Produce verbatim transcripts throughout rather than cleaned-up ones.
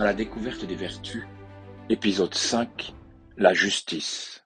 à la découverte des vertus. Épisode cinq, la justice.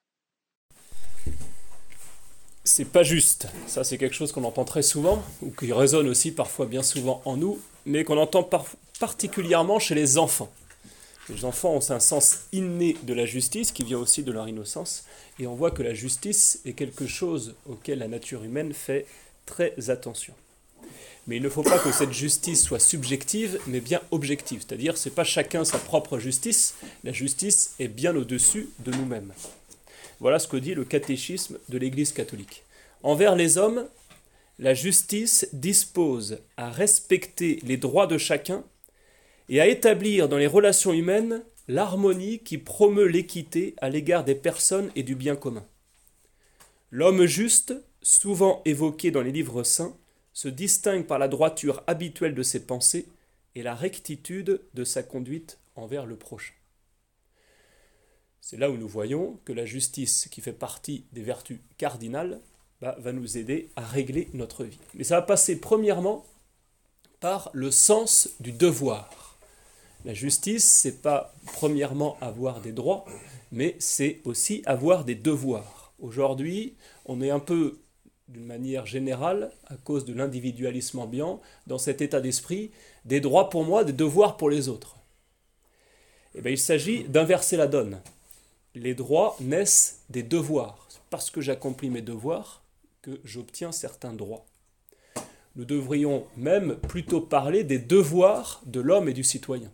C'est pas juste. Ça, c'est quelque chose qu'on entend très souvent, ou qui résonne aussi parfois bien souvent en nous, mais qu'on entend par- particulièrement chez les enfants. Les enfants ont un sens inné de la justice, qui vient aussi de leur innocence, et on voit que la justice est quelque chose auquel la nature humaine fait très attention. Mais il ne faut pas que cette justice soit subjective, mais bien objective. C'est-à-dire, c'est pas chacun sa propre justice, la justice est bien au-dessus de nous-mêmes. Voilà ce que dit le catéchisme de l'Église catholique. Envers les hommes, la justice dispose à respecter les droits de chacun et à établir dans les relations humaines l'harmonie qui promeut l'équité à l'égard des personnes et du bien commun. L'homme juste, souvent évoqué dans les livres saints, se distingue par la droiture habituelle de ses pensées et la rectitude de sa conduite envers le prochain. C'est là où nous voyons que la justice, qui fait partie des vertus cardinales, bah, va nous aider à régler notre vie. Mais ça va passer premièrement par le sens du devoir. La justice, c'est pas premièrement avoir des droits, mais c'est aussi avoir des devoirs. Aujourd'hui, on est un peu, d'une manière générale, à cause de l'individualisme ambiant, dans cet état d'esprit, des droits pour moi, des devoirs pour les autres. Eh bien, il s'agit d'inverser la donne. Les droits naissent des devoirs. C'est parce que j'accomplis mes devoirs que j'obtiens certains droits. Nous devrions même plutôt parler des devoirs de l'homme et du citoyen.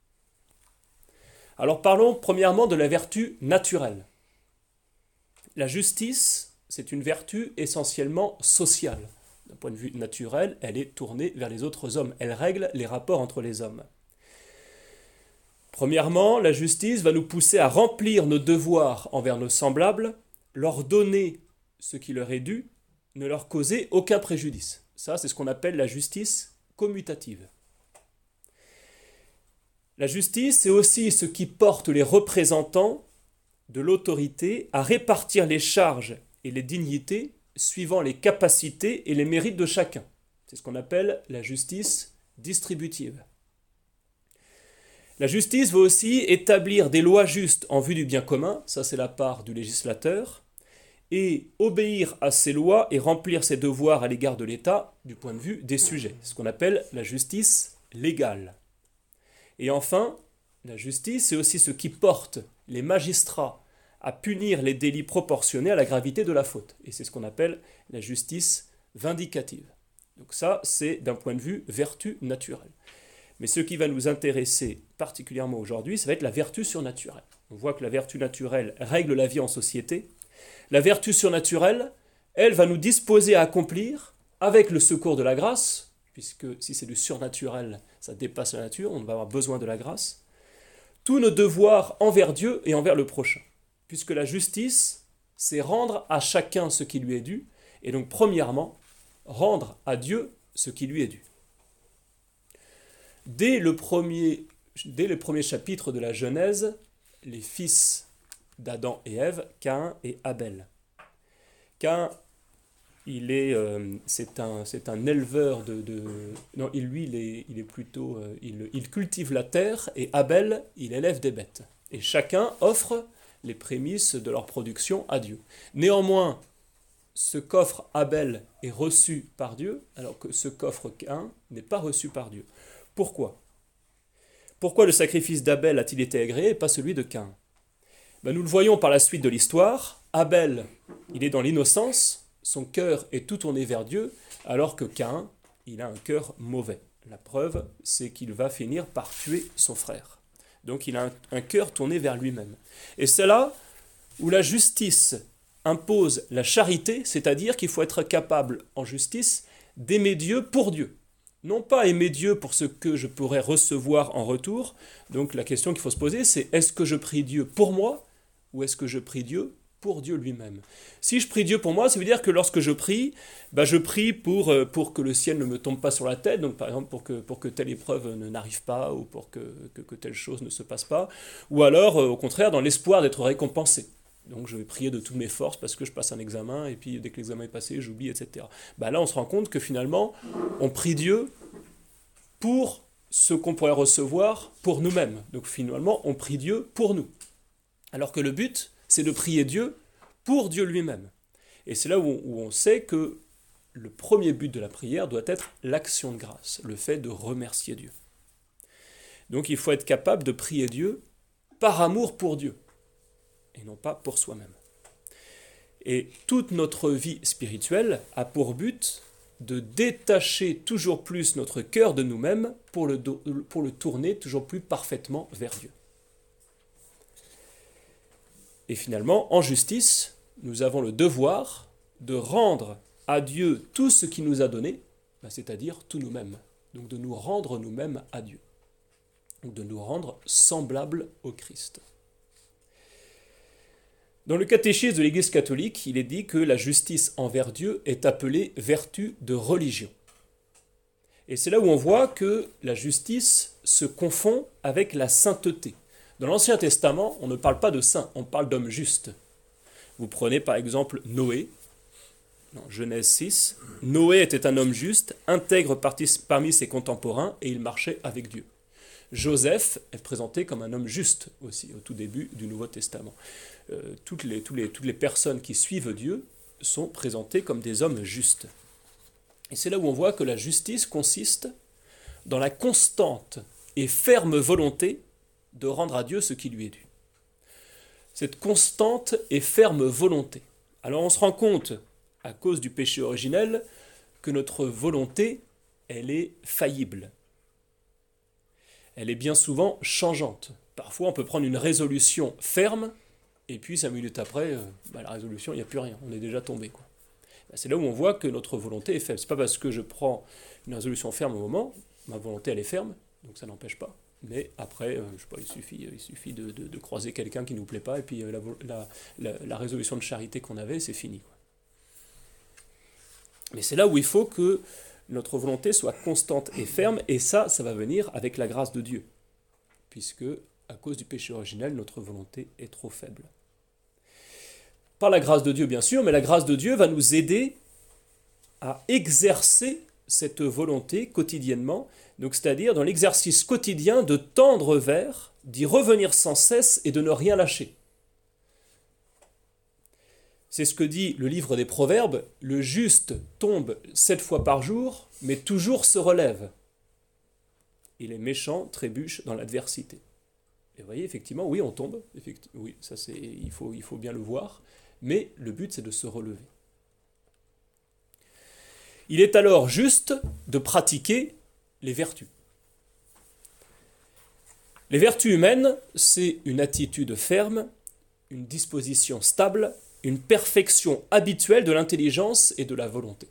Alors parlons premièrement de la vertu naturelle. La justice, c'est une vertu essentiellement sociale. D'un point de vue naturel, elle est tournée vers les autres hommes. Elle règle les rapports entre les hommes. Premièrement, la justice va nous pousser à remplir nos devoirs envers nos semblables, leur donner ce qui leur est dû, ne leur causer aucun préjudice. Ça, c'est ce qu'on appelle la justice commutative. La justice, c'est aussi ce qui porte les représentants de l'autorité à répartir les charges et les dignités suivant les capacités et les mérites de chacun. C'est ce qu'on appelle la justice distributive. La justice va aussi établir des lois justes en vue du bien commun, ça c'est la part du législateur, et obéir à ces lois et remplir ses devoirs à l'égard de l'État du point de vue des sujets, ce qu'on appelle la justice légale. Et enfin, la justice, c'est aussi ce qui porte les magistrats à punir les délits proportionnés à la gravité de la faute. Et c'est ce qu'on appelle la justice vindicative. Donc ça, c'est d'un point de vue vertu naturelle. Mais ce qui va nous intéresser particulièrement aujourd'hui, ça va être la vertu surnaturelle. On voit que la vertu naturelle règle la vie en société. La vertu surnaturelle, elle va nous disposer à accomplir, avec le secours de la grâce, puisque si c'est du surnaturel, ça dépasse la nature, on va avoir besoin de la grâce, tous nos devoirs envers Dieu et envers le prochain. Puisque la justice, c'est rendre à chacun ce qui lui est dû, et donc premièrement, rendre à Dieu ce qui lui est dû. Dès le premier, dès le premier chapitre de la Genèse, les fils d'Adam et Ève, Caïn et Abel. Caïn, il est, euh, c'est un, c'est un éleveur de, de non, il, lui, il est, il est plutôt, euh, il, il cultive la terre, et Abel, il élève des bêtes. Et chacun offre les prémices de leur production à Dieu. Néanmoins, ce qu'offre Abel est reçu par Dieu, alors que ce qu'offre Caïn n'est pas reçu par Dieu. Pourquoi ? Pourquoi le sacrifice d'Abel a-t-il été agréé et pas celui de Caïn ? Ben, nous le voyons par la suite de l'histoire. Abel, il est dans l'innocence, son cœur est tout tourné vers Dieu, alors que Caïn, il a un cœur mauvais. La preuve, c'est qu'il va finir par tuer son frère. Donc il a un, un cœur tourné vers lui-même. Et c'est là où la justice impose la charité, c'est-à-dire qu'il faut être capable en justice d'aimer Dieu pour Dieu. Non pas aimer Dieu pour ce que je pourrais recevoir en retour. Donc la question qu'il faut se poser, c'est est-ce que je prie Dieu pour moi ou est-ce que je prie Dieu pour Dieu lui-même ? Si je prie Dieu pour moi, ça veut dire que lorsque je prie, bah je prie pour, pour que le ciel ne me tombe pas sur la tête, donc par exemple pour que, pour que telle épreuve ne, n'arrive pas ou pour que, que, que telle chose ne se passe pas, ou alors au contraire dans l'espoir d'être récompensé. Donc je vais prier de toutes mes forces parce que je passe un examen et puis dès que l'examen est passé, j'oublie, et cetera. Bah là on se rend compte que finalement, on prie Dieu pour ce qu'on pourrait recevoir pour nous-mêmes. Donc finalement, on prie Dieu pour nous. Alors que le but, c'est de prier Dieu pour Dieu lui-même. Et c'est là où on, où on sait que le premier but de la prière doit être l'action de grâce, le fait de remercier Dieu. Donc il faut être capable de prier Dieu par amour pour Dieu, et non pas pour soi-même. Et toute notre vie spirituelle a pour but de détacher toujours plus notre cœur de nous-mêmes pour le, pour le tourner toujours plus parfaitement vers Dieu. Et finalement, en justice, nous avons le devoir de rendre à Dieu tout ce qu'il nous a donné, c'est-à-dire tout nous-mêmes. Donc de nous rendre nous-mêmes à Dieu. Donc de nous rendre semblables au Christ. Dans le catéchisme de l'Église catholique, il est dit que la justice envers Dieu est appelée vertu de religion. Et c'est là où on voit que la justice se confond avec la sainteté. Dans l'Ancien Testament, on ne parle pas de saints, on parle d'hommes justes. Vous prenez par exemple Noé, dans Genèse six. Noé était un homme juste, intègre parmi ses contemporains, et il marchait avec Dieu. Joseph est présenté comme un homme juste aussi, au tout début du Nouveau Testament. Euh, toutes, les, toutes, les, toutes les personnes qui suivent Dieu sont présentées comme des hommes justes. Et c'est là où on voit que la justice consiste dans la constante et ferme volonté de rendre à Dieu ce qui lui est dû. Cette constante et ferme volonté. Alors on se rend compte, à cause du péché originel, que notre volonté, elle est faillible. Elle est bien souvent changeante. Parfois, on peut prendre une résolution ferme, et puis cinq minutes après, euh, bah, la résolution, il n'y a plus rien, on est déjà tombé, quoi. Bah, c'est là où on voit que notre volonté est faible. Ce n'est pas parce que je prends une résolution ferme au moment, ma volonté, elle est ferme, donc ça n'empêche pas. Mais après, euh, je sais pas, il suffit, il suffit de, de, de croiser quelqu'un qui ne nous plaît pas, et puis euh, la, la, la, la résolution de charité qu'on avait, c'est fini, quoi. Mais c'est là où il faut que notre volonté soit constante et ferme, et ça, ça va venir avec la grâce de Dieu, puisque, à cause du péché originel, notre volonté est trop faible. Par la grâce de Dieu, bien sûr, mais la grâce de Dieu va nous aider à exercer cette volonté quotidiennement, donc c'est-à-dire dans l'exercice quotidien de tendre vers, d'y revenir sans cesse et de ne rien lâcher. C'est ce que dit le livre des Proverbes, le juste tombe sept fois par jour, mais toujours se relève. Et les méchants trébuchent dans l'adversité. Et vous voyez, effectivement, oui, on tombe, oui, ça c'est, il faut, il faut bien le voir, mais le but c'est de se relever. Il est alors juste de pratiquer les vertus. Les vertus humaines, c'est une attitude ferme, une disposition stable, une perfection habituelle de l'intelligence et de la volonté.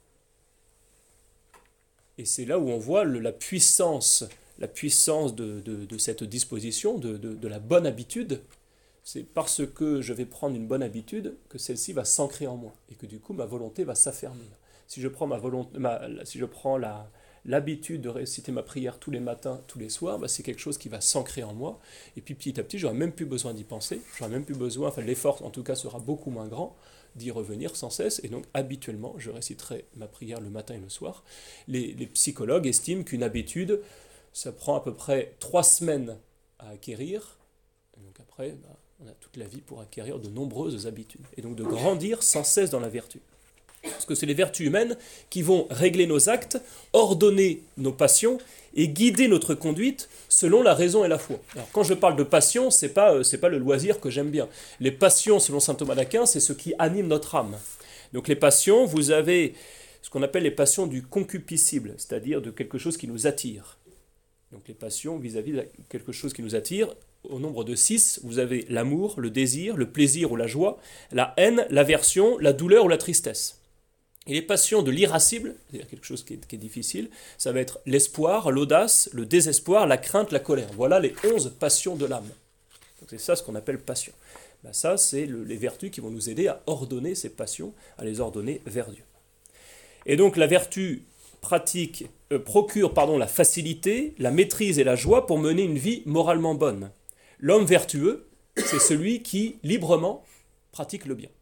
Et c'est là où on voit le, la puissance, la puissance de, de, de cette disposition, de, de, de la bonne habitude. C'est parce que je vais prendre une bonne habitude que celle-ci va s'ancrer en moi et que du coup ma volonté va s'affermir. Si je prends, ma volonté, ma, si je prends la, l'habitude de réciter ma prière tous les matins, tous les soirs, bah c'est quelque chose qui va s'ancrer en moi. Et puis petit à petit, j'aurai même plus besoin d'y penser. J'aurai même plus besoin, enfin l'effort en tout cas sera beaucoup moins grand d'y revenir sans cesse. Et donc habituellement, je réciterai ma prière le matin et le soir. Les, les psychologues estiment qu'une habitude, ça prend à peu près trois semaines à acquérir. Et donc après, bah, on a toute la vie pour acquérir de nombreuses habitudes. Et donc de grandir sans cesse dans la vertu. Parce que c'est les vertus humaines qui vont régler nos actes, ordonner nos passions et guider notre conduite selon la raison et la foi. Alors quand je parle de passion, ce n'est pas, c'est pas le loisir que j'aime bien. Les passions, selon saint Thomas d'Aquin, c'est ce qui anime notre âme. Donc les passions, vous avez ce qu'on appelle les passions du concupiscible, c'est-à-dire de quelque chose qui nous attire. Donc les passions vis-à-vis de quelque chose qui nous attire, au nombre de six, vous avez l'amour, le désir, le plaisir ou la joie, la haine, l'aversion, la douleur ou la tristesse. Et les passions de l'irascible, c'est-à-dire quelque chose qui est, qui est difficile, ça va être l'espoir, l'audace, le désespoir, la crainte, la colère. Voilà les onze passions de l'âme. Donc c'est ça ce qu'on appelle passion. Ben ça, c'est le, les vertus qui vont nous aider à ordonner ces passions, à les ordonner vers Dieu. Et donc la vertu pratique, euh, procure pardon, la facilité, la maîtrise et la joie pour mener une vie moralement bonne. L'homme vertueux, c'est celui qui, librement, pratique le bien.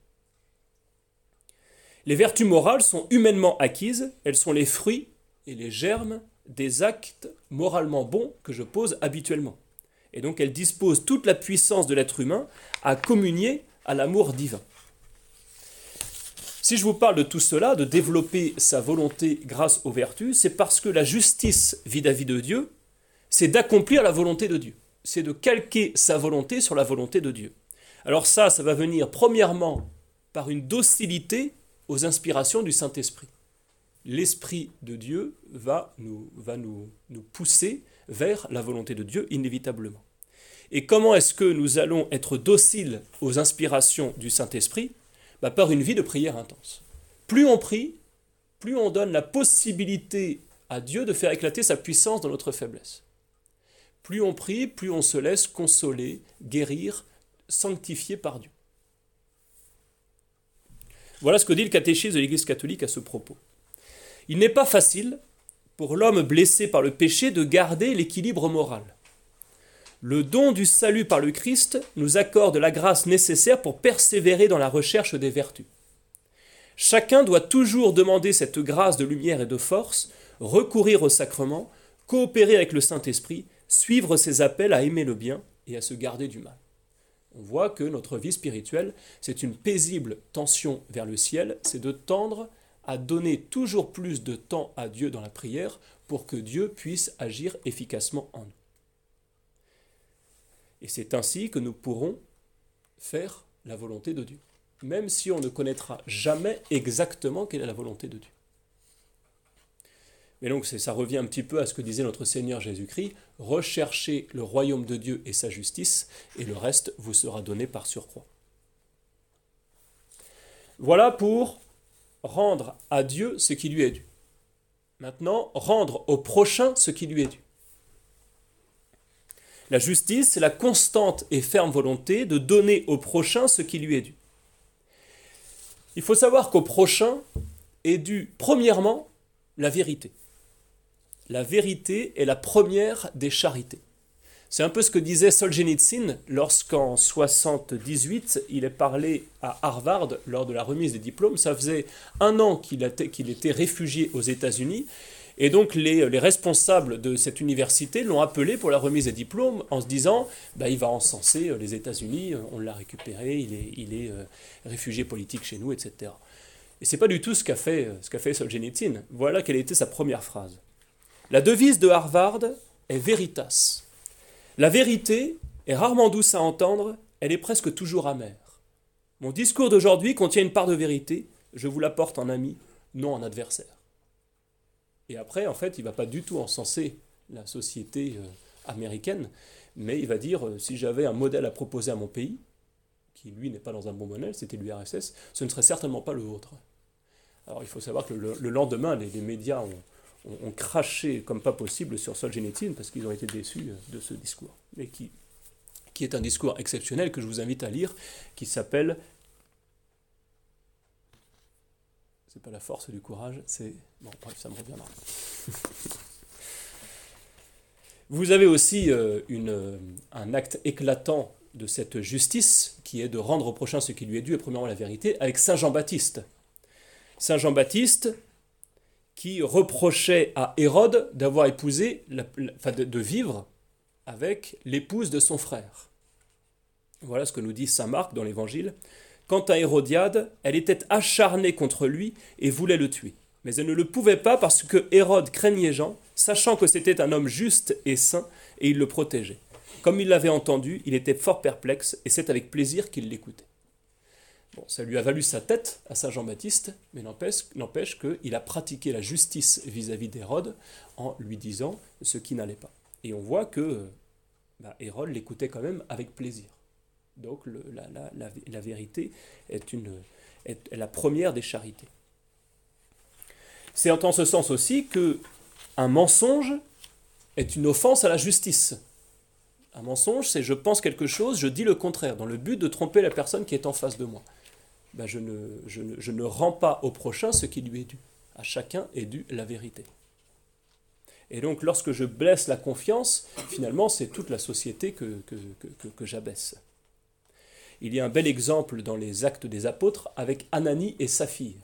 Les vertus morales sont humainement acquises, elles sont les fruits et les germes des actes moralement bons que je pose habituellement. Et donc elle dispose toute la puissance de l'être humain à communier à l'amour divin. Si je vous parle de tout cela, de développer sa volonté grâce aux vertus, c'est parce que la justice vis-à-vis de Dieu, c'est d'accomplir la volonté de Dieu. C'est de calquer sa volonté sur la volonté de Dieu. Alors ça, ça va venir premièrement par une docilité aux inspirations du Saint-Esprit. L'Esprit de Dieu va nous, va nous, nous pousser vers la volonté de Dieu inévitablement. Et comment est-ce que nous allons être dociles aux inspirations du Saint-Esprit ? Bah, par une vie de prière intense. Plus on prie, plus on donne la possibilité à Dieu de faire éclater sa puissance dans notre faiblesse. Plus on prie, plus on se laisse consoler, guérir, sanctifier par Dieu. Voilà ce que dit le catéchisme de l'Église catholique à ce propos. Il n'est pas facile pour l'homme blessé par le péché de garder l'équilibre moral. Le don du salut par le Christ nous accorde la grâce nécessaire pour persévérer dans la recherche des vertus. Chacun doit toujours demander cette grâce de lumière et de force, recourir au sacrement, coopérer avec le Saint-Esprit, suivre ses appels à aimer le bien et à se garder du mal. On voit que notre vie spirituelle, c'est une paisible tension vers le ciel, c'est de tendre à donner toujours plus de temps à Dieu dans la prière pour que Dieu puisse agir efficacement en nous. Et c'est ainsi que nous pourrons faire la volonté de Dieu, même si on ne connaîtra jamais exactement quelle est la volonté de Dieu. Mais donc ça revient un petit peu à ce que disait notre Seigneur Jésus-Christ, recherchez le royaume de Dieu et sa justice, et le reste vous sera donné par surcroît. Voilà pour rendre à Dieu ce qui lui est dû. Maintenant, rendre au prochain ce qui lui est dû. La justice, c'est la constante et ferme volonté de donner au prochain ce qui lui est dû. Il faut savoir qu'au prochain est dû, premièrement, la vérité. La vérité est la première des charités. C'est un peu ce que disait Solzhenitsyn lorsqu'en soixante-dix-huit, il est parlé à Harvard lors de la remise des diplômes. Ça faisait un an qu'il était, qu'il était réfugié aux États-Unis. Et donc les, les responsables de cette université l'ont appelé pour la remise des diplômes en se disant bah, il va encenser les États-Unis, on l'a récupéré, il est, il est euh, réfugié politique chez nous, et cetera. Et ce n'est pas du tout ce qu'a fait, ce qu'a fait Solzhenitsyn. Voilà quelle était sa première phrase. La devise de Harvard est Veritas. La vérité est rarement douce à entendre, elle est presque toujours amère. Mon discours d'aujourd'hui contient une part de vérité, je vous l'apporte en ami, non en adversaire. Et après, en fait, il ne va pas du tout encenser la société euh, américaine, mais il va dire, euh, si j'avais un modèle à proposer à mon pays, qui lui n'est pas dans un bon modèle, c'était l'U R S S, ce ne serait certainement pas le vôtre. Alors il faut savoir que le, le lendemain, les, les médias ont, ont, ont craché comme pas possible sur Solzhenitsyn parce qu'ils ont été déçus de ce discours, mais qui, qui est un discours exceptionnel que je vous invite à lire, qui s'appelle... C'est pas la force du courage, c'est... Bon, bref, ça me reviendra. Vous avez aussi euh, une, euh, un acte éclatant de cette justice, qui est de rendre au prochain ce qui lui est dû, et premièrement la vérité, avec Saint Jean-Baptiste. Saint Jean-Baptiste qui reprochait à Hérode d'avoir épousé, la, la, enfin de, de vivre avec l'épouse de son frère. Voilà ce que nous dit Saint Marc dans l'Évangile. Quant à Hérodiade, elle était acharnée contre lui et voulait le tuer. Mais elle ne le pouvait pas parce que Hérode craignait Jean, sachant que c'était un homme juste et saint, et il le protégeait. Comme il l'avait entendu, il était fort perplexe, et c'est avec plaisir qu'il l'écoutait. Bon, ça lui a valu sa tête à Saint Jean-Baptiste, mais n'empêche, n'empêche qu'il a pratiqué la justice vis-à-vis d'Hérode en lui disant ce qui n'allait pas. Et on voit que bah, Hérode l'écoutait quand même avec plaisir. Donc le, la, la, la, la vérité est, une, est, est la première des charités. C'est en ce sens aussi qu'un mensonge est une offense à la justice. Un mensonge, c'est je pense quelque chose, je dis le contraire, dans le but de tromper la personne qui est en face de moi. Ben je, ne, je, ne, je ne rends pas au prochain ce qui lui est dû. À chacun est due la vérité. Et donc lorsque je blesse la confiance, finalement c'est toute la société que, que, que, que, que j'abaisse. Il y a un bel exemple dans les Actes des Apôtres avec Ananie et Saphir.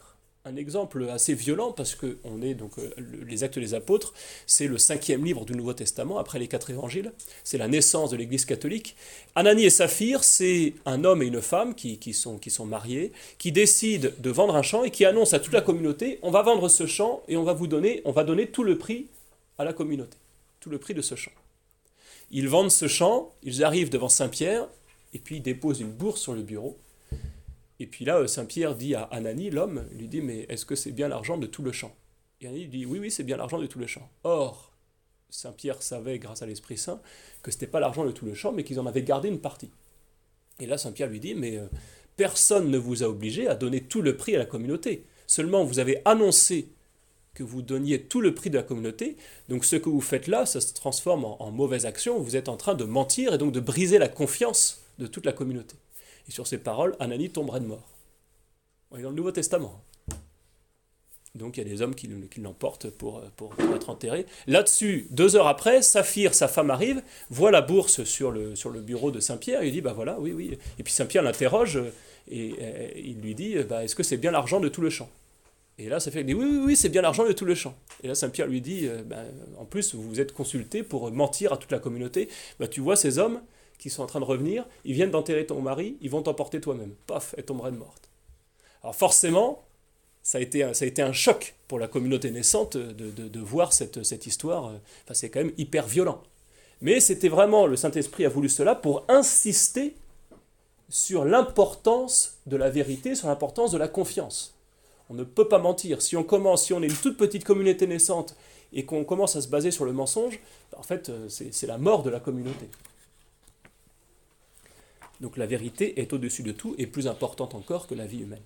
un exemple assez violent parce que on est donc euh, les Actes des Apôtres, c'est le cinquième livre du Nouveau Testament après les quatre évangiles, c'est la naissance de l'Église catholique. Ananie et Saphir, c'est un homme et une femme qui, qui, sont, qui sont mariés, qui décident de vendre un champ et qui annoncent à toute la communauté, on va vendre ce champ et on va vous donner, on va donner tout le prix à la communauté, tout le prix de ce champ. Ils vendent ce champ, ils arrivent devant Saint-Pierre et puis ils déposent une bourse sur le bureau. Et puis là, Saint-Pierre dit à Ananie, l'homme, lui dit, mais est-ce que c'est bien l'argent de tout le champ? Et Ananie dit, oui, oui, c'est bien l'argent de tout le champ. Or, Saint-Pierre savait, grâce à l'Esprit Saint, que ce n'était pas l'argent de tout le champ, mais qu'ils en avaient gardé une partie. Et là, Saint-Pierre lui dit, mais euh, personne ne vous a obligé à donner tout le prix à la communauté. Seulement, vous avez annoncé que vous donniez tout le prix de la communauté, donc ce que vous faites là, ça se transforme en, en mauvaise action, vous êtes en train de mentir et donc de briser la confiance de toute la communauté. Et sur ces paroles, Ananie tomberait de mort. On est dans le Nouveau Testament. Donc il y a des hommes qui, qui l'emportent pour, pour, pour être enterrés. Là-dessus, deux heures après, Saphir, sa femme, arrive, voit la bourse sur le, sur le bureau de Saint-Pierre, et il dit, bah voilà, oui, oui. Et puis Saint-Pierre l'interroge, et, et il lui dit, bah, est-ce que c'est bien l'argent de tout le champ? Et là, Saphir dit, oui, oui, oui, c'est bien l'argent de tout le champ. Et là, Saint-Pierre lui dit, bah, en plus, vous vous êtes consulté pour mentir à toute la communauté, bah, tu vois ces hommes qui sont en train de revenir, ils viennent d'enterrer ton mari, ils vont t'emporter toi-même. Paf, elle tomberait de morte. Alors forcément, ça a été un, ça a été un choc pour la communauté naissante de, de, de voir cette, cette histoire. Enfin, c'est quand même hyper violent. Mais c'était vraiment, le Saint-Esprit a voulu cela pour insister sur l'importance de la vérité, sur l'importance de la confiance. On ne peut pas mentir. Si on commence, si on est une toute petite communauté naissante et qu'on commence à se baser sur le mensonge, en fait, c'est, c'est la mort de la communauté. Donc la vérité est au-dessus de tout et plus importante encore que la vie humaine.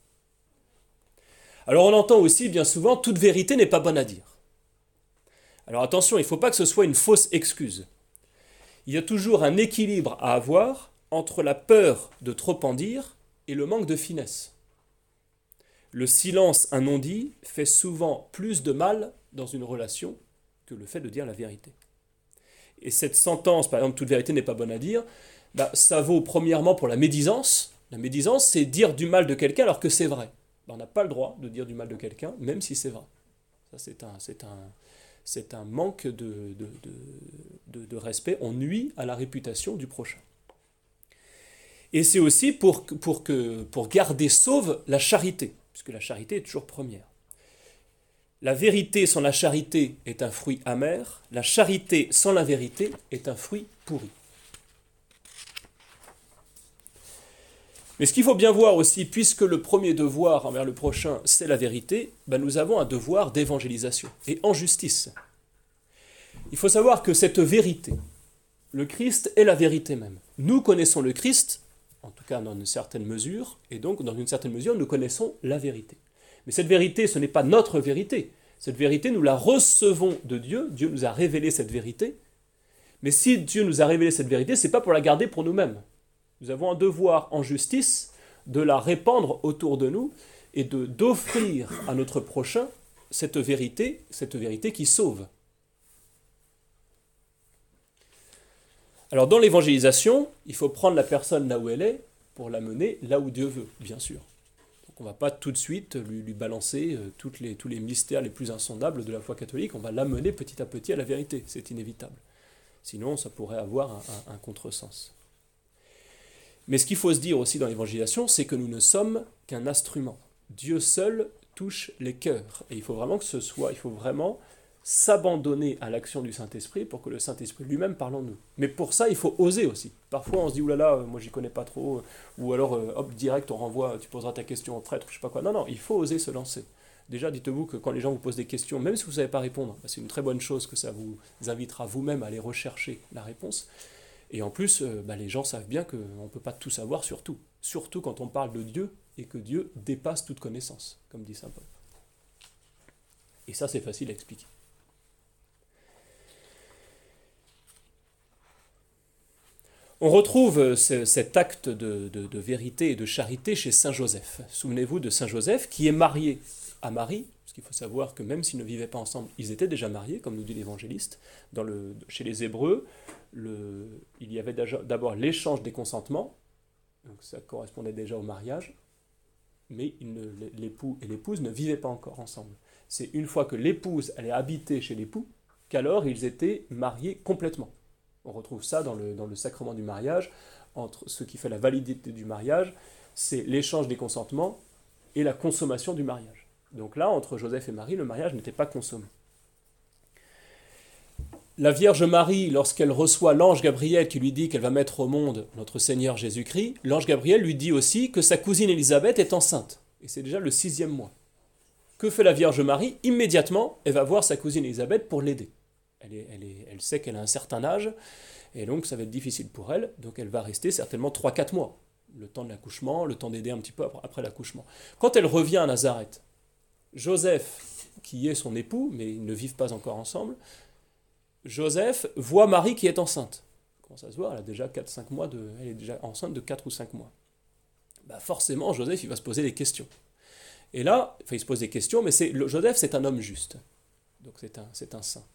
Alors on entend aussi bien souvent, toute vérité n'est pas bonne à dire. Alors attention, il ne faut pas que ce soit une fausse excuse. Il y a toujours un équilibre à avoir entre la peur de trop en dire et le manque de finesse. Le silence, un non-dit, fait souvent plus de mal dans une relation que le fait de dire la vérité. Et cette sentence, par exemple, toute vérité n'est pas bonne à dire, bah, ça vaut premièrement pour la médisance. La médisance, c'est dire du mal de quelqu'un alors que c'est vrai. Bah, on n'a pas le droit de dire du mal de quelqu'un, même si c'est vrai. Ça, c'est un, c'est un, c'est un manque de, de, de, de, de respect. On nuit à la réputation du prochain. Et c'est aussi pour, pour, que, pour garder sauve la charité, puisque la charité est toujours première. La vérité sans la charité est un fruit amer, la charité sans la vérité est un fruit pourri. Mais ce qu'il faut bien voir aussi, puisque le premier devoir envers le prochain, c'est la vérité, ben nous avons un devoir d'évangélisation, et en justice. Il faut savoir que cette vérité, le Christ est la vérité même. Nous connaissons le Christ, en tout cas dans une certaine mesure, et donc dans une certaine mesure, nous connaissons la vérité. Mais cette vérité, ce n'est pas notre vérité. Cette vérité, nous la recevons de Dieu. Dieu nous a révélé cette vérité. Mais si Dieu nous a révélé cette vérité, ce n'est pas pour la garder pour nous-mêmes. Nous avons un devoir en justice de la répandre autour de nous et de, d'offrir à notre prochain cette vérité, cette vérité qui sauve. Alors dans l'évangélisation, il faut prendre la personne là où elle est pour la mener là où Dieu veut, bien sûr. Donc on ne va pas tout de suite lui, lui balancer euh, toutes les, tous les mystères les plus insondables de la foi catholique, on va l'amener petit à petit à la vérité, c'est inévitable. Sinon ça pourrait avoir un, un, un contresens. Mais ce qu'il faut se dire aussi dans l'évangélisation, c'est que nous ne sommes qu'un instrument. Dieu seul touche les cœurs. Et il faut vraiment que ce soit, il faut vraiment s'abandonner à l'action du Saint-Esprit pour que le Saint-Esprit lui-même parle en nous. Mais pour ça, il faut oser aussi. Parfois, on se dit, oulala, moi j'y connais pas trop, ou alors, hop, direct, on renvoie, tu poseras ta question au prêtre, je sais pas quoi. Non, non, il faut oser se lancer. Déjà, dites-vous que quand les gens vous posent des questions, même si vous ne savez pas répondre, c'est une très bonne chose que ça vous invitera vous-même à aller rechercher la réponse. Et en plus, euh, bah, les gens savent bien qu'on ne peut pas tout savoir sur tout. Surtout quand on parle de Dieu et que Dieu dépasse toute connaissance, comme dit saint Paul. Et ça, c'est facile à expliquer. On retrouve ce, cet acte de, de, de vérité et de charité chez saint Joseph. Souvenez-vous de saint Joseph qui est marié à Marie, parce qu'il faut savoir que même s'ils ne vivaient pas ensemble, ils étaient déjà mariés, comme nous dit l'évangéliste. Dans le, chez les Hébreux, le, il y avait d'abord l'échange des consentements, donc ça correspondait déjà au mariage. mais il ne- l'époux et l'épouse ne vivaient pas encore ensemble. C'est une fois que l'épouse allait habiter chez l'époux qu'alors ils étaient mariés complètement. On retrouve ça dans le, dans le sacrement du mariage, entre ce qui fait la validité du mariage, c'est l'échange des consentements et la consommation du mariage. Donc là, entre Joseph et Marie, le mariage n'était pas consommé. La Vierge Marie, lorsqu'elle reçoit l'ange Gabriel qui lui dit qu'elle va mettre au monde notre Seigneur Jésus-Christ, l'ange Gabriel lui dit aussi que sa cousine Élisabeth est enceinte. Et c'est déjà le sixième mois. Que fait la Vierge Marie? Immédiatement, elle va voir sa cousine Élisabeth pour l'aider. Elle, est, elle, est, elle sait qu'elle a un certain âge, et donc ça va être difficile pour elle, donc elle va rester certainement trois quatre mois. Le temps de l'accouchement, le temps d'aider un petit peu après, après l'accouchement. Quand elle revient à Nazareth, Joseph, qui est son époux, mais ils ne vivent pas encore ensemble, Joseph voit Marie qui est enceinte. Comment ça se voit? Elle a déjà quatre cinq mois, de, elle est déjà enceinte de quatre ou cinq mois. Bah forcément, Joseph, il va se poser des questions. Et là, enfin, il se pose des questions, mais c'est, le, Joseph, c'est un homme juste. Donc c'est un, c'est un saint.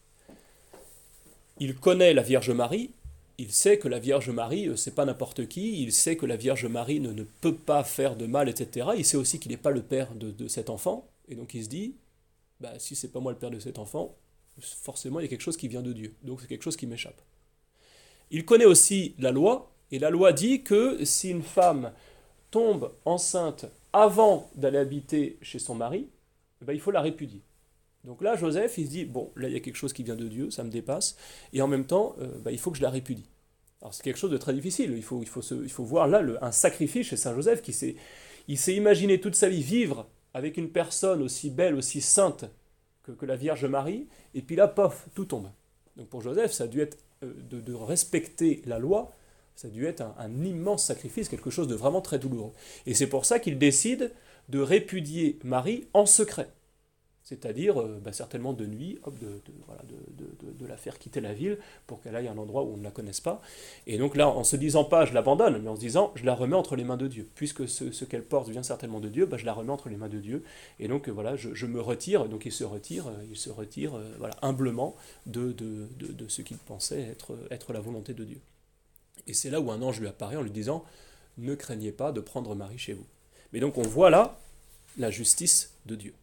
Il connaît la Vierge Marie, il sait que la Vierge Marie, c'est pas n'importe qui, il sait que la Vierge Marie ne, ne peut pas faire de mal, et cetera. Il sait aussi qu'il n'est pas le père de, de cet enfant, et donc il se dit, bah, si c'est pas moi le père de cet enfant, forcément il y a quelque chose qui vient de Dieu, donc c'est quelque chose qui m'échappe. Il connaît aussi la loi, et la loi dit que si une femme tombe enceinte avant d'aller habiter chez son mari, eh ben, il faut la répudier. Donc là, Joseph, il se dit, bon, là il y a quelque chose qui vient de Dieu, ça me dépasse, et en même temps, euh, ben, il faut que je la répudie. Alors c'est quelque chose de très difficile, il faut, il faut, se, il faut voir là le, un sacrifice chez Saint Joseph, qui s'est, il s'est imaginé toute sa vie vivre avec une personne aussi belle, aussi sainte que, que la Vierge Marie, et puis là, pof, tout tombe. Donc pour Joseph, ça a dû être euh, de, de respecter la loi, ça a dû être un, un immense sacrifice, quelque chose de vraiment très douloureux. Et c'est pour ça qu'il décide de répudier Marie en secret. C'est-à-dire, euh, bah, certainement de nuit, hop, de, de, voilà, de, de, de, de la faire quitter la ville pour qu'elle aille à un endroit où on ne la connaisse pas. Et donc là, en se disant pas je l'abandonne, mais en se disant je la remets entre les mains de Dieu. Puisque ce, ce qu'elle porte vient certainement de Dieu, bah, je la remets entre les mains de Dieu. Et donc euh, voilà, je, je me retire. Donc il se retire, euh, il se retire euh, voilà, humblement de, de, de, de ce qu'il pensait être, être la volonté de Dieu. Et c'est là où un ange lui apparaît en lui disant ne craignez pas de prendre Marie chez vous. Mais donc on voit là la justice de Dieu.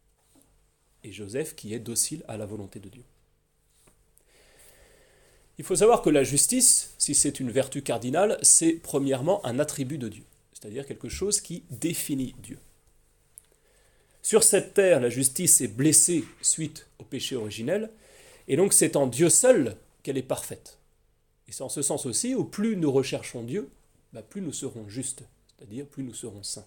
Et Joseph qui est docile à la volonté de Dieu. Il faut savoir que la justice, si c'est une vertu cardinale, c'est premièrement un attribut de Dieu, c'est-à-dire quelque chose qui définit Dieu. Sur cette terre, la justice est blessée suite au péché originel, et donc c'est en Dieu seul qu'elle est parfaite. Et c'est en ce sens aussi où plus nous recherchons Dieu, bah plus nous serons justes, c'est-à-dire plus nous serons saints.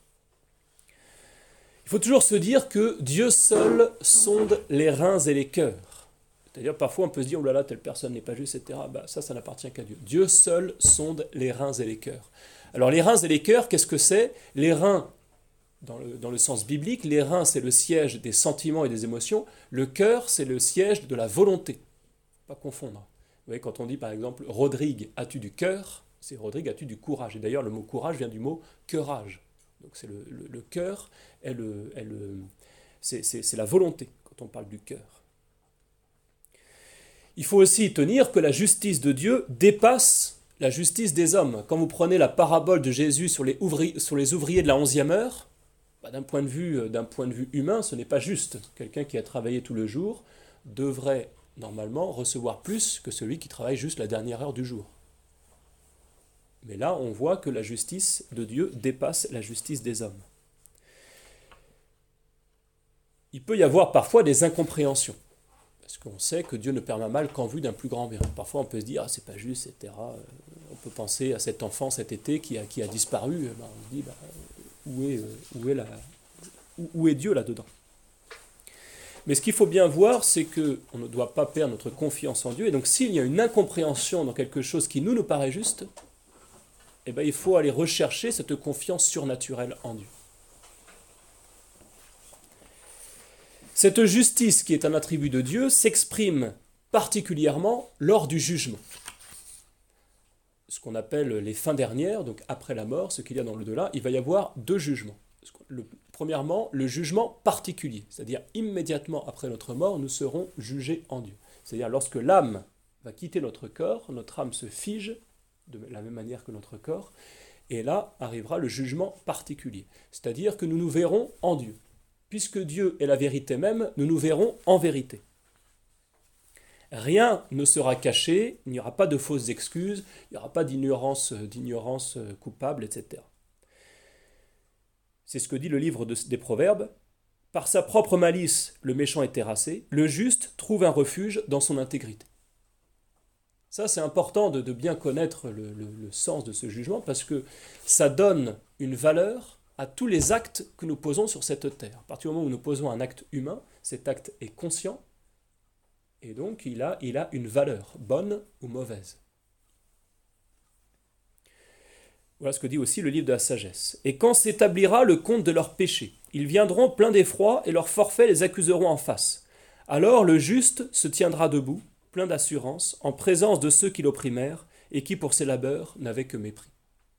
Il faut toujours se dire que Dieu seul sonde les reins et les cœurs. C'est-à-dire parfois on peut se dire, oh là là, telle personne n'est pas juste, et cetera. Bah, ça, ça n'appartient qu'à Dieu. Dieu seul sonde les reins et les cœurs. Alors les reins et les cœurs, qu'est-ce que c'est? Les reins, dans le, dans le sens biblique, les reins c'est le siège des sentiments et des émotions. Le cœur c'est le siège de la volonté. Pas confondre. Vous voyez, quand on dit par exemple, Rodrigue, as-tu du cœur? C'est Rodrigue, as-tu du courage? Et d'ailleurs le mot courage vient du mot cœurage. Donc c'est le, le, le cœur, est le, est le, c'est, c'est, c'est la volonté quand on parle du cœur. Il faut aussi tenir que la justice de Dieu dépasse la justice des hommes. Quand vous prenez la parabole de Jésus sur les, ouvri, sur les ouvriers de la onzième heure, bah d'un, point de vue, d'un point de vue humain, ce n'est pas juste. Quelqu'un qui a travaillé tout le jour devrait normalement recevoir plus que celui qui travaille juste la dernière heure du jour. Mais là, on voit que la justice de Dieu dépasse la justice des hommes. Il peut y avoir parfois des incompréhensions, parce qu'on sait que Dieu ne permet mal qu'en vue d'un plus grand bien. Parfois, on peut se dire, ah, c'est pas juste, et cetera. On peut penser à cet enfant cet été qui a, qui a disparu. Ben, on se dit, ben, où, est, où, est la, où, où est Dieu là-dedans? Mais ce qu'il faut bien voir, c'est qu'on ne doit pas perdre notre confiance en Dieu. Et donc, s'il y a une incompréhension dans quelque chose qui nous, nous paraît juste, eh bien, il faut aller rechercher cette confiance surnaturelle en Dieu. Cette justice qui est un attribut de Dieu s'exprime particulièrement lors du jugement. Ce qu'on appelle les fins dernières, donc après la mort, ce qu'il y a dans l'au-delà, il va y avoir deux jugements. Le, premièrement, le jugement particulier, c'est-à-dire immédiatement après notre mort, nous serons jugés en Dieu. C'est-à-dire lorsque l'âme va quitter notre corps, notre âme se fige, de la même manière que notre corps, Et là arrivera le jugement particulier, c'est-à-dire que nous nous verrons en Dieu. Puisque Dieu est la vérité même, nous nous verrons en vérité. Rien ne sera caché, il n'y aura pas de fausses excuses, il n'y aura pas d'ignorance, d'ignorance coupable, et cetera. C'est ce que dit le livre de- des Proverbes. Par sa propre malice, le méchant est terrassé, le juste trouve un refuge dans son intégrité. Ça, c'est important de, de bien connaître le, le- le sens de ce jugement parce que ça donne une valeur à tous les actes que nous posons sur cette terre. À partir du moment où nous posons un acte humain, cet acte est conscient et donc il a, il a une valeur, bonne ou mauvaise. Voilà ce que dit aussi le livre de la sagesse. Et quand s'établira le compte de leurs péchés, ils viendront pleins d'effroi et leurs forfaits les accuseront en face. Alors le juste se tiendra debout, plein d'assurance, en présence de ceux qui l'opprimèrent et qui pour ses labeurs n'avaient que mépris.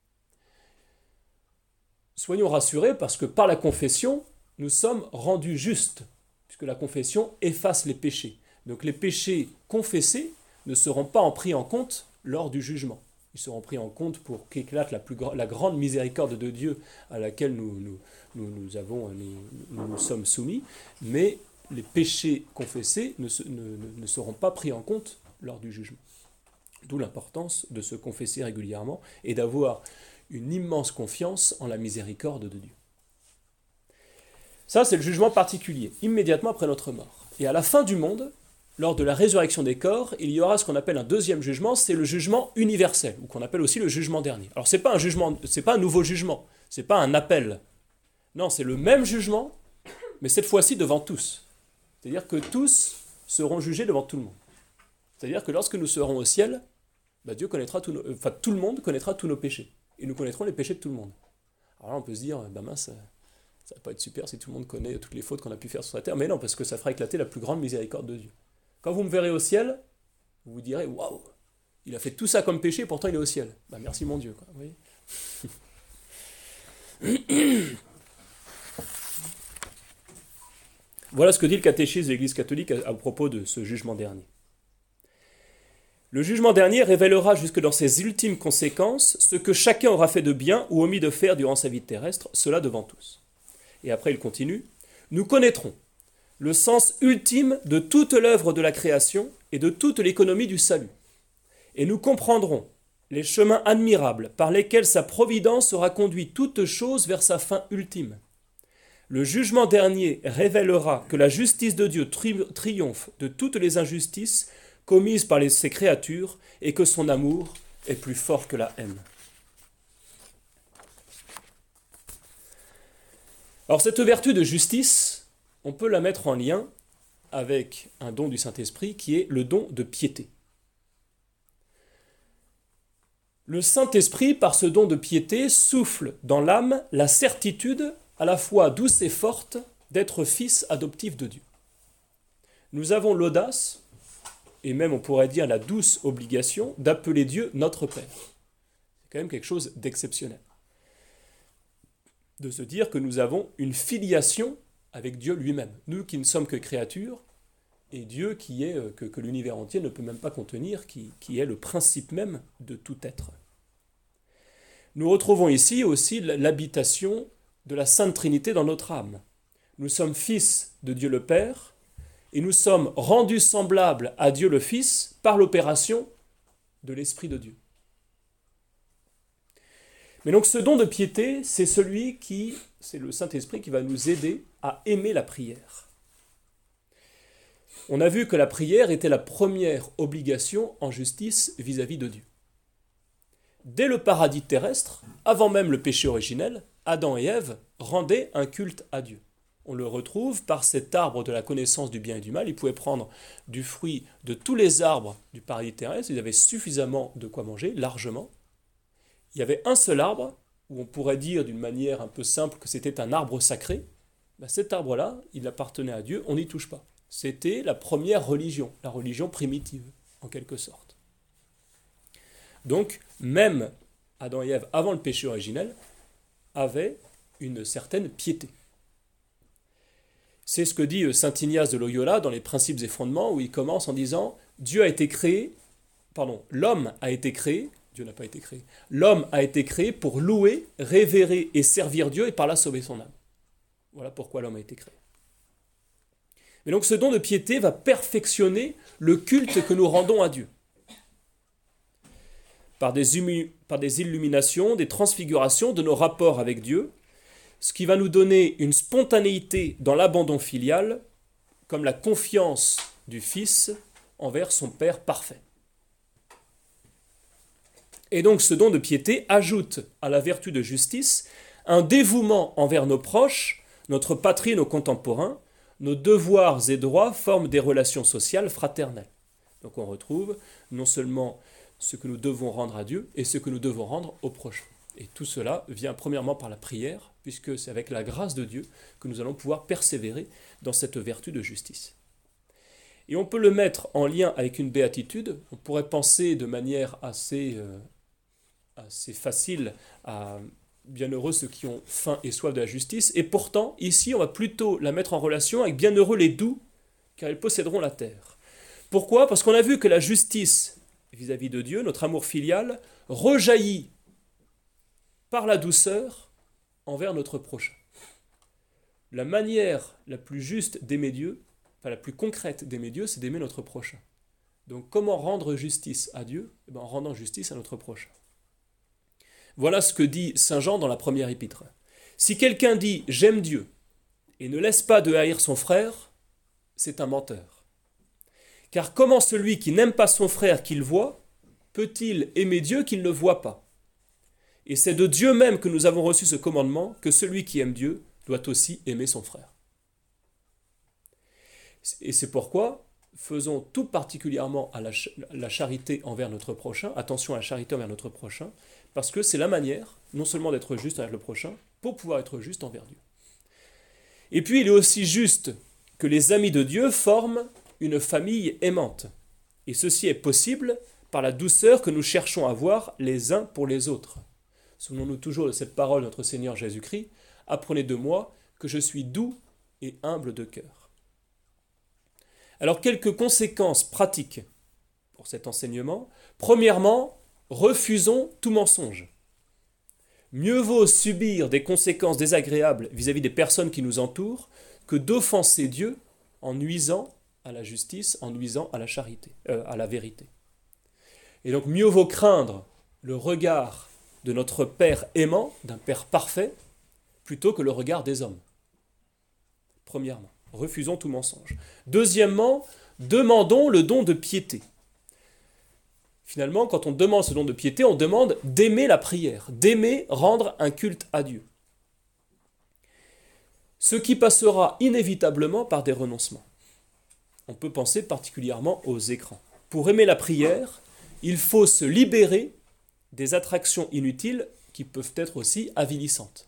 Soyons rassurés parce que par la confession, nous sommes rendus justes, puisque la confession efface les péchés. Donc les péchés confessés ne seront pas pris en compte lors du jugement. Ils seront pris en compte pour qu'éclate la, plus gra- la grande miséricorde de Dieu à laquelle nous nous, nous, nous avons, nous, nous nous sommes soumis, mais les péchés confessés ne, se- ne- ne- ne seront pas pris en compte lors du jugement. D'où l'importance de se confesser régulièrement et d'avoir une immense confiance en la miséricorde de Dieu. Ça, c'est le jugement particulier, immédiatement après notre mort. Et à la fin du monde, lors de la résurrection des corps, il y aura ce qu'on appelle un deuxième jugement, c'est le jugement universel, ou qu'on appelle aussi le jugement dernier. Alors, ce n'est pas un jugement, c'est pas un nouveau jugement, ce n'est pas un appel. Non, c'est le même jugement, mais cette fois-ci devant tous. C'est-à-dire que tous seront jugés devant tout le monde. C'est-à-dire que lorsque nous serons au ciel, bah Dieu connaîtra tous nos, euh, enfin, tout le monde connaîtra tous nos péchés. Et nous connaîtrons les péchés de tout le monde. Alors là, on peut se dire, bah mince, ça ne va pas être super si tout le monde connaît toutes les fautes qu'on a pu faire sur la terre. Mais non, parce que ça fera éclater la plus grande miséricorde de Dieu. Quand vous me verrez au ciel, vous vous direz, waouh, il a fait tout ça comme péché, pourtant il est au ciel. Bah merci mon Dieu, quoi. Vous voyez. Voilà ce que dit le catéchisme de l'Église catholique à, à propos de ce jugement dernier. Le jugement dernier révélera jusque dans ses ultimes conséquences ce que chacun aura fait de bien ou omis de faire durant sa vie terrestre, cela devant tous. Et après il continue, nous connaîtrons le sens ultime de toute l'œuvre de la création et de toute l'économie du salut. Et nous comprendrons les chemins admirables par lesquels sa providence aura conduit toutes choses vers sa fin ultime. Le jugement dernier révélera que la justice de Dieu tri- triomphe de toutes les injustices commises par les- ses créatures et que son amour est plus fort que la haine. Alors cette vertu de justice, on peut la mettre en lien avec un don du Saint-Esprit qui est le don de piété. Le Saint-Esprit, par ce don de piété, souffle dans l'âme la certitude, à la fois douce et forte, d'être fils adoptif de Dieu. Nous avons l'audace, et même on pourrait dire la douce obligation, d'appeler Dieu notre Père. C'est quand même quelque chose d'exceptionnel. De se dire que nous avons une filiation avec Dieu lui-même. Nous qui ne sommes que créatures, et Dieu qui est, que, que l'univers entier ne peut même pas contenir, qui, qui est le principe même de tout être. Nous retrouvons ici aussi l'habitation de la Sainte Trinité dans notre âme. Nous sommes fils de Dieu le Père, et nous sommes rendus semblables à Dieu le Fils par l'opération de l'Esprit de Dieu. Mais donc ce don de piété, c'est celui qui, c'est le Saint-Esprit qui va nous aider à aimer la prière. On a vu que la prière était la première obligation en justice vis-à-vis de Dieu. Dès le paradis terrestre, avant même le péché originel, Adam et Ève rendaient un culte à Dieu. On le retrouve par cet arbre de la connaissance du bien et du mal. Ils pouvaient prendre du fruit de tous les arbres du paradis terrestre. Ils avaient suffisamment de quoi manger, largement. Il y avait un seul arbre, où on pourrait dire d'une manière un peu simple que c'était un arbre sacré. Ben cet arbre-là, il appartenait à Dieu, on n'y touche pas. C'était la première religion, la religion primitive, en quelque sorte. Donc, même Adam et Ève, avant le péché originel, avaient une certaine piété. C'est ce que dit saint Ignace de Loyola dans les Principes et Fondements, où il commence en disant « Dieu a été créé, pardon, l'homme a été créé, Dieu n'a pas été créé. L'homme a été créé pour louer, révérer et servir Dieu et par là sauver son âme. Voilà pourquoi l'homme a été créé. Mais donc ce don de piété va perfectionner le culte que nous rendons à Dieu. Par des, humi- par des illuminations, des transfigurations de nos rapports avec Dieu, ce qui va nous donner une spontanéité dans l'abandon filial, comme la confiance du Fils envers son Père parfait. Et donc ce don de piété ajoute à la vertu de justice un dévouement envers nos proches, notre patrie, nos contemporains. Nos devoirs et droits forment des relations sociales fraternelles. Donc on retrouve non seulement ce que nous devons rendre à Dieu et ce que nous devons rendre aux prochains. Et tout cela vient premièrement par la prière, puisque c'est avec la grâce de Dieu que nous allons pouvoir persévérer dans cette vertu de justice. Et on peut le mettre en lien avec une béatitude. On pourrait penser de manière assez, euh, assez facile à bienheureux ceux qui ont faim et soif de la justice. Et pourtant, ici, on va plutôt la mettre en relation avec bienheureux les doux, car ils posséderont la terre. Pourquoi ? Parce qu'on a vu que la justice vis-à-vis de Dieu, notre amour filial, rejaillit par la douceur envers notre prochain. La manière la plus juste d'aimer Dieu, enfin la plus concrète d'aimer Dieu, c'est d'aimer notre prochain. Donc comment rendre justice à Dieu ? Eh bien, en rendant justice à notre prochain. Voilà ce que dit saint Jean dans la première épître. Si quelqu'un dit « j'aime Dieu » et ne laisse pas de haïr son frère, c'est un menteur. Car comment celui qui n'aime pas son frère qu'il voit, peut-il aimer Dieu qu'il ne voit pas ? Et c'est de Dieu même que nous avons reçu ce commandement, que celui qui aime Dieu doit aussi aimer son frère. Et c'est pourquoi faisons tout particulièrement à la, ch- la charité envers notre prochain, attention à la charité envers notre prochain, parce que c'est la manière, non seulement d'être juste envers le prochain, pour pouvoir être juste envers Dieu. Et puis il est aussi juste que les amis de Dieu forment une famille aimante. Et ceci est possible par la douceur que nous cherchons à avoir les uns pour les autres. Souvenons-nous toujours de cette parole de notre Seigneur Jésus-Christ, « Apprenez de moi que je suis doux et humble de cœur ». Alors, quelques conséquences pratiques pour cet enseignement. Premièrement, refusons tout mensonge. Mieux vaut subir des conséquences désagréables vis-à-vis des personnes qui nous entourent que d'offenser Dieu en nuisant à la justice, en nuisant à la charité, euh, à la vérité. Et donc, mieux vaut craindre le regard de notre Père aimant, d'un Père parfait, plutôt que le regard des hommes. Premièrement. Refusons tout mensonge. Deuxièmement, demandons le don de piété. Finalement, quand on demande ce don de piété, on demande d'aimer la prière, d'aimer rendre un culte à Dieu. Ce qui passera inévitablement par des renoncements. On peut penser particulièrement aux écrans. Pour aimer la prière, il faut se libérer des attractions inutiles qui peuvent être aussi avilissantes.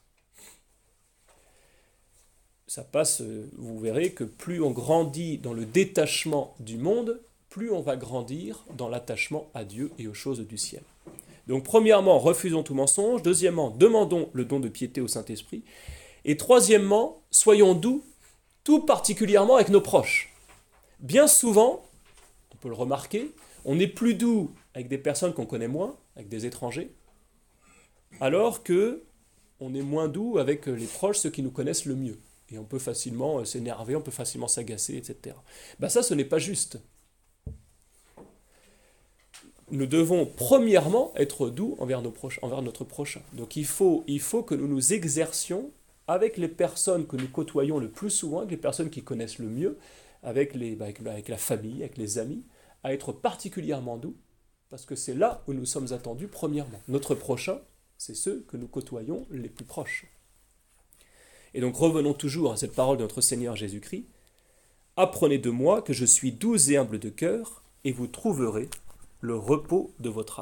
Ça passe, vous verrez que plus on grandit dans le détachement du monde, plus on va grandir dans l'attachement à Dieu et aux choses du ciel. Donc premièrement, refusons tout mensonge. Deuxièmement, demandons le don de piété au Saint-Esprit. Et troisièmement, soyons doux, tout particulièrement avec nos proches. Bien souvent, on peut le remarquer, on est plus doux avec des personnes qu'on connaît moins, avec des étrangers, alors que on est moins doux avec les proches, ceux qui nous connaissent le mieux. Et on peut facilement s'énerver, on peut facilement s'agacer, et cetera. Ben ça, ce n'est pas juste. Nous devons premièrement être doux envers, nos proches, envers notre prochain. Donc il faut, il faut que nous nous exercions avec les personnes que nous côtoyons le plus souvent, avec les personnes qui connaissent le mieux, avec, les, avec, avec la famille, avec les amis, à être particulièrement doux, parce que c'est là où nous sommes attendus premièrement. Notre prochain, c'est ceux que nous côtoyons les plus proches. Et donc revenons toujours à cette parole de notre Seigneur Jésus-Christ. « Apprenez de moi que je suis doux et humble de cœur, et vous trouverez le repos de votre âme. »